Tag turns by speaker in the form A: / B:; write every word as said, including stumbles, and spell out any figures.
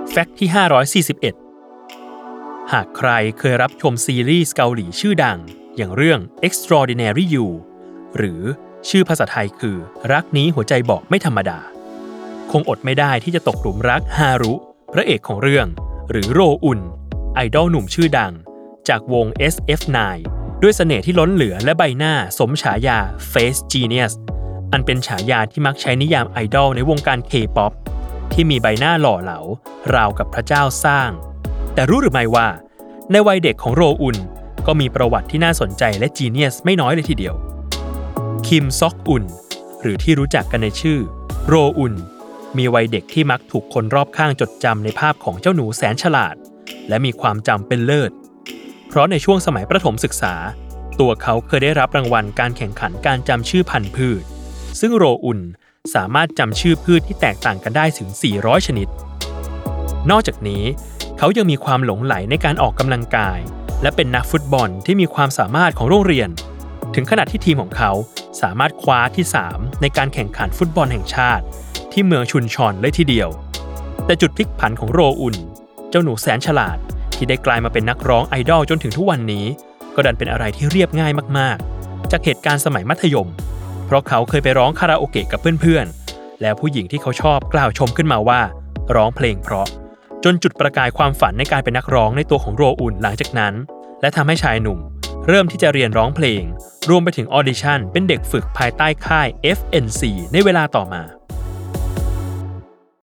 A: แฟกต์ที่ห้าร้อยสี่สิบเอ็ดหากใครเคยรับชมซีรีส์เกาหลีชื่อดังอย่างเรื่อง Extraordinary You หรือชื่อภาษาไทยคือรักนี้หัวใจบอกไม่ธรรมดาคงอดไม่ได้ที่จะตกหลุมรักฮารุพระเอกของเรื่องหรือโรอุนไอดอลหนุ่มชื่อดังจากวง เอส เอฟ ไนน์ ด้วยเสน่ห์ที่ล้นเหลือและใบหน้าสมฉายา Face Genius อันเป็นฉายาที่มักใช้นิยามไอดอลในวงการ K-pop ที่มีใบหน้าหล่อเหลาราวกับพระเจ้าสร้างแต่รู้หรือไม่ว่าในวัยเด็กของโรอุนก็มีประวัติที่น่าสนใจและจีเนียสไม่น้อยเลยทีเดียวคิมซอกอุนหรือที่รู้จักกันในชื่อโรอุนมีวัยเด็กที่มักถูกคนรอบข้างจดจำในภาพของเจ้าหนูแสนฉลาดและมีความจำเป็นเลิศเพราะในช่วงสมัยประถมศึกษาตัวเขาเคยได้รับรางวัลการแข่งขันการจำชื่อพันธุ์พืชซึ่งโรอุนสามารถจำชื่อพืชที่แตกต่างกันได้ถึงสี่ร้อยชนิดนอกจากนี้เขายังมีความหลงใหลในการออกกำลังกายและเป็นนักฟุตบอลที่มีความสามารถของโรงเรียนถึงขนาดที่ทีมของเขาสามารถคว้าที่สามในการแข่งขันฟุตบอลแห่งชาติที่เมืองชุนชอนเลยทีเดียวแต่จุดพลิกผันของโรอุนเจ้าหนูแสนฉลาดที่ได้กลายมาเป็นนักร้องไอดอลจนถึงทุกวันนี้ก็ดันเป็นอะไรที่เรียบง่ายมากๆจากเหตุการณ์สมัยมัธยมเพราะเขาเคยไปร้องคาราโอเกะกับเพื่อนๆแล้วผู้หญิงที่เขาชอบกล่าวชมขึ้นมาว่าร้องเพลงเพราะจนจุดประกายความฝันในการเป็นนักร้องในตัวของโรอุนหลังจากนั้นและทำให้ชายหนุ่มเริ่มที่จะเรียนร้องเพลงรวมไปถึงออดิชั่นเป็นเด็กฝึกภายใต้ค่าย เอฟ เอ็น ซี ในเวลาต่อมา